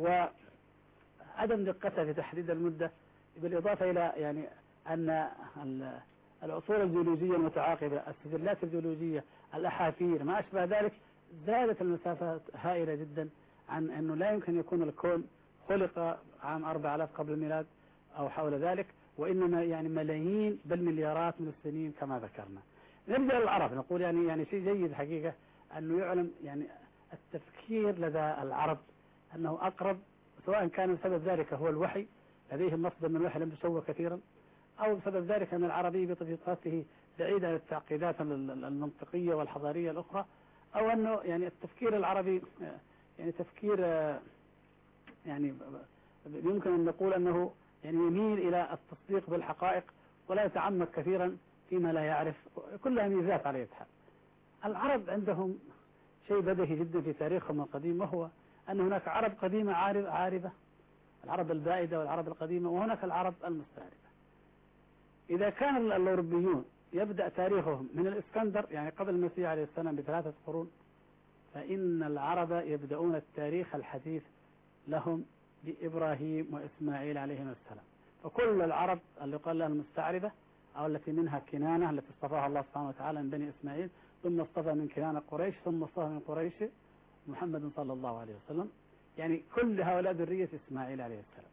وعدم دقتها في تحديد المدة، بالإضافة إلى يعني أن العصور الجيولوجية المتعاقبة، السجلات الجيولوجية، الأحافير، ما أشبه ذلك، زادت المسافات هائلة جدا عن أنه لا يمكن يكون الكون خلق عام أربعة آلاف قبل الميلاد أو حول ذلك، وإنما يعني ملايين بل مليارات من السنين كما ذكرنا. نرجع للعرب نقول يعني يعني شيء جيد حقيقة أنه يعلم يعني التفكير لدى العرب أنه أقرب، سواء كان بسبب ذلك هو الوحي، لديهم مصدر من الوحي لم يتشوه كثيرا، أو بسبب ذلك أن العربي بطبيعته بعيد عن التعقيدات المنطقية والحضارية الأخرى، أو أنه يعني التفكير العربي يعني تفكير يعني يمكن أن نقول أنه يعني يميل إلى التصديق بالحقائق ولا يتعمق كثيرا فيما لا يعرف، كلها ميزات على يتحال. العرب عندهم شيء بديهي جدا في تاريخهم القديم، وهو أن هناك عرب قديمة عاربة، العرب البائدة والعرب القديمة، وهناك العرب المستعربة. إذا كان الأوروبيون يبدأ تاريخهم من الإسكندر يعني قبل المسيح عليه السلام بثلاثة قرون، فإن العرب يبدأون التاريخ الحديث لهم بإبراهيم وإسماعيل عليهما السلام. فكل العرب اللي قال لها المستعربة أو التي منها كنانة التي اصطفاها الله سبحانه وتعالى من بني إسماعيل، ثم اصطفى من كنانة قريش، ثم اصطفى من قريش محمد صلى الله عليه وسلم، يعني كل هؤلاء ذرية إسماعيل عليه السلام.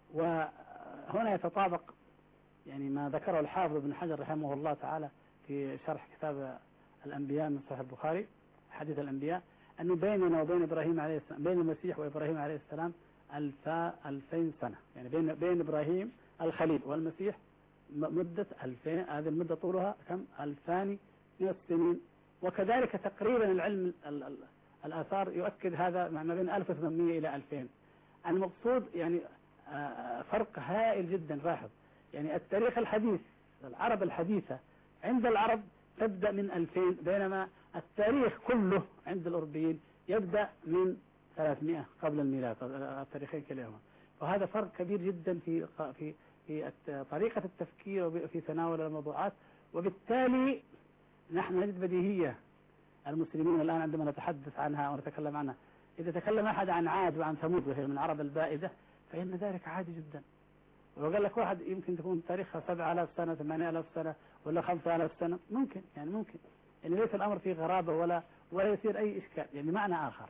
وهنا يتطابق يعني ما ذكره الحافظ ابن حجر رحمه الله تعالى في شرح كتاب الأنبياء من صحيح البخاري حديث الأنبياء، أنه بيننا وبين إبراهيم عليه السلام بين المسيح وإبراهيم عليه السلام ألفا ألفين سنة، يعني بين بين إبراهيم الخليل والمسيح مدة ألفين، هذه المدة طولها كم؟ ألفان من السنين. وكذلك تقريبا العلم الآثار يؤكد هذا ما بين ألف وثمانمئة إلى ألفين. المقصود يعني فرق هائل جدا. لاحظ يعني التاريخ الحديث العرب الحديثة عند العرب تبدأ من ألفين، بينما التاريخ كله عند الأوروبيين يبدأ من ثلاثمئة قبل الميلاد، التاريخين كلاهما. وهذا فرق كبير جدا في في في طريقة التفكير وفي تناول الموضوعات. وبالتالي نحن نجد بديهية المسلمين الآن عندما نتحدث عنها ونتكلم عنها، إذا تكلم أحد عن عاد وعن ثمود وهي من العرب البائدة فإن ذلك عادي جدا. وقال لك واحد يمكن تكون تاريخها سبعة آلاف سنة ثمانية آلاف سنة ولا خمسة آلاف سنة، ممكن يعني ممكن يعني ليس الأمر فيه غرابة ولا ولا يصير أي إشكال. يعني معنى آخر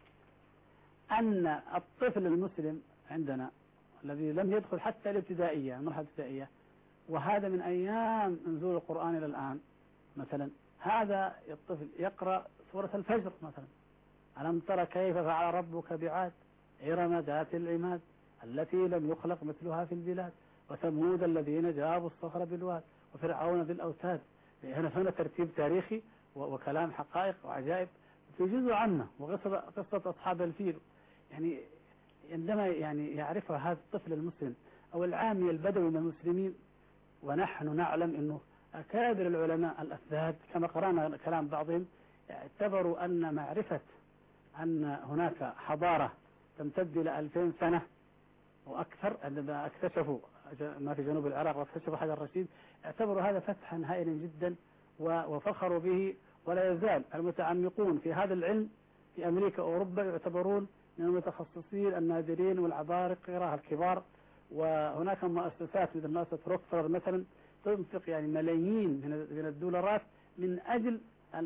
أن الطفل المسلم عندنا الذي لم يدخل حتى الابتدائية المرحلة الابتدائية، وهذا من أيام نزول القرآن إلى الآن، مثلا هذا الطفل يقرأ سورة الفجر مثلا، ألم ترى كيف فعل ربك بعاد إرم ذات العماد التي لم يخلق مثلها في البلاد وثمود الذين جابوا الصخر بالواد وفرعون ذي الأوتاد. هنا هنا ترتيب تاريخي وكلام حقائق وعجائب في جزء عامة وقصة قصة أصحاب الفيل. يعني عندما يعني يعرفها هذا الطفل المسلم أو العامي البدوي من المسلمين، ونحن نعلم أنه أكابر العلماء الأفذاذ كما قرأنا كلام بعضهم اعتبروا أن معرفة أن هناك حضارة تمتد إلى ألفين سنة وأكثر، عندما اكتشفوا ما في جنوب العراق واكتشفوا حجر رشيد اعتبروا هذا فتحا هائلا جدا وفخروا به. ولا يزال المتعمقون في هذا العلم في أمريكا وأوروبا يعتبرون من المتخصصين النادرين والعبارقة الكبار. وهناك مؤسسات مثل مؤسسة روكفلر مثلا تنفق يعني ملايين من الدولارات من أجل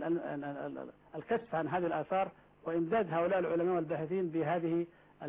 الكشف عن هذه الآثار وإمداد هؤلاء العلماء والباحثين بهذه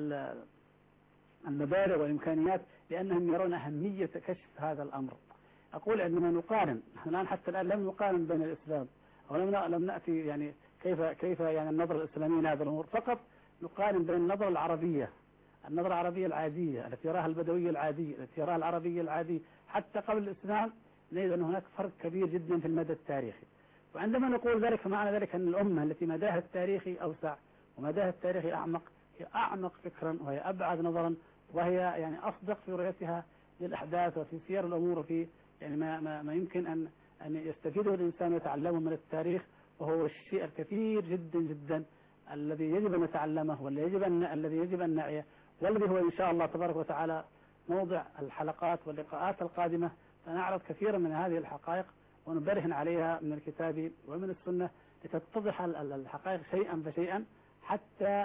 المبالغ والإمكانيات، لأنهم يرون أهمية كشف هذا الأمر. أقول عندما نقارن، نحن الآن حتى الآن لم نقارن بين الإسلام أو لم لم نأتي يعني كيف كيف يعني النظرة الإسلامية لهذا الأمور، فقط نقارن بين النظرة العربية النظرة العربية العادية التي يراها البدوية العادية التي يراها العربية العادية حتى قبل الإسلام، نجد أن هناك فرق كبير جدا في المدى التاريخي. وعندما نقول ذلك فمعنى ذلك أن الأمة التي مداها التاريخي أوسع ومداها التاريخي أعمق هي أعمق فكرا وهي أبعد نظرا وهي يعني أصدق في رؤيتها للأحداث وفي سير الأمور وفي يعني ما, ما, ما يمكن أن أن يستفيده الإنسان ويتعلمه من التاريخ، وهو الشيء الكثير جدا جدا الذي يجب أن نتعلمه والذي يجب أن الذي يجب أن نعيه، والذي هو إن شاء الله تبارك وتعالى موضع الحلقات واللقاءات القادمة. سنعرض كثيرا من هذه الحقائق ونبرهن عليها من الكتاب ومن السنة لتتضح الحقائق شيئا فشيئا حتى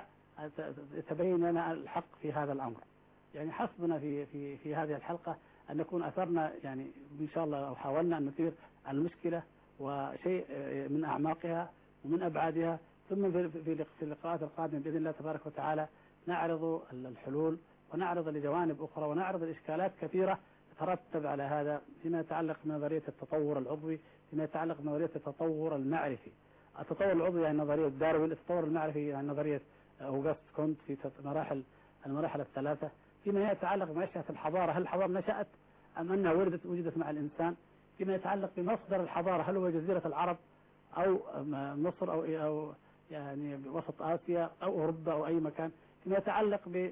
يتبين لنا الحق في هذا الأمر. يعني حسبنا في في في هذه الحلقة أن نكون أثرنا يعني إن شاء الله أو حاولنا أن نثير المشكلة وشيء من أعماقها ومن أبعادها، ثم في في اللقاءات القادمة بإذن الله تبارك وتعالى نعرض الحلول ونعرض لجوانب أخرى ونعرض الإشكالات كثيرة تترتب على هذا فيما يتعلق بنظرية التطور العضوي، فيما يتعلق بنظرية التطور المعرفي. التطور العضوي يعني نظرية داروين، التطور المعرفي يعني نظرية أوغست كونت في مراحل المراحل الثلاثة. فيما يتعلق بنشأة الحضارة، هل الحضارة نشأت أم أنها وردت وجدت مع الإنسان؟ فيما يتعلق بمصدر الحضارة، هل هو جزيرة العرب أو مصر أو أو يعني وسط آسيا أو أوروبا أو أي مكان؟ فيما يتعلق ب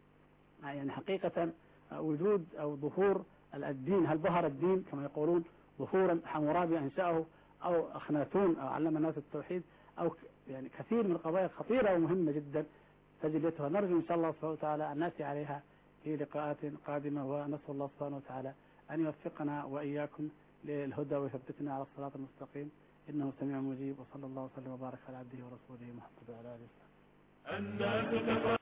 يعني حقيقة وجود أو ظهور الدين، هل ظهر الدين كما يقولون ظهورا حمورابي أنشأه أو أخناتون أو علم الناس التوحيد، أو يعني كثير من القضايا خطيرة ومهمة جدا تجليتها. نرجو إن شاء الله سبحانه وتعالى أن نأتي عليها في لقاءات قادمة، ونسأل الله سبحانه وتعالى أن يوفقنا وإياكم للهدى ويثبتنا على الصراط المستقيم، إنه سميع مجيب. وصلى الله وسلم وبارك على عبده ورسوله محمد وعلى آله وصحبه. الناس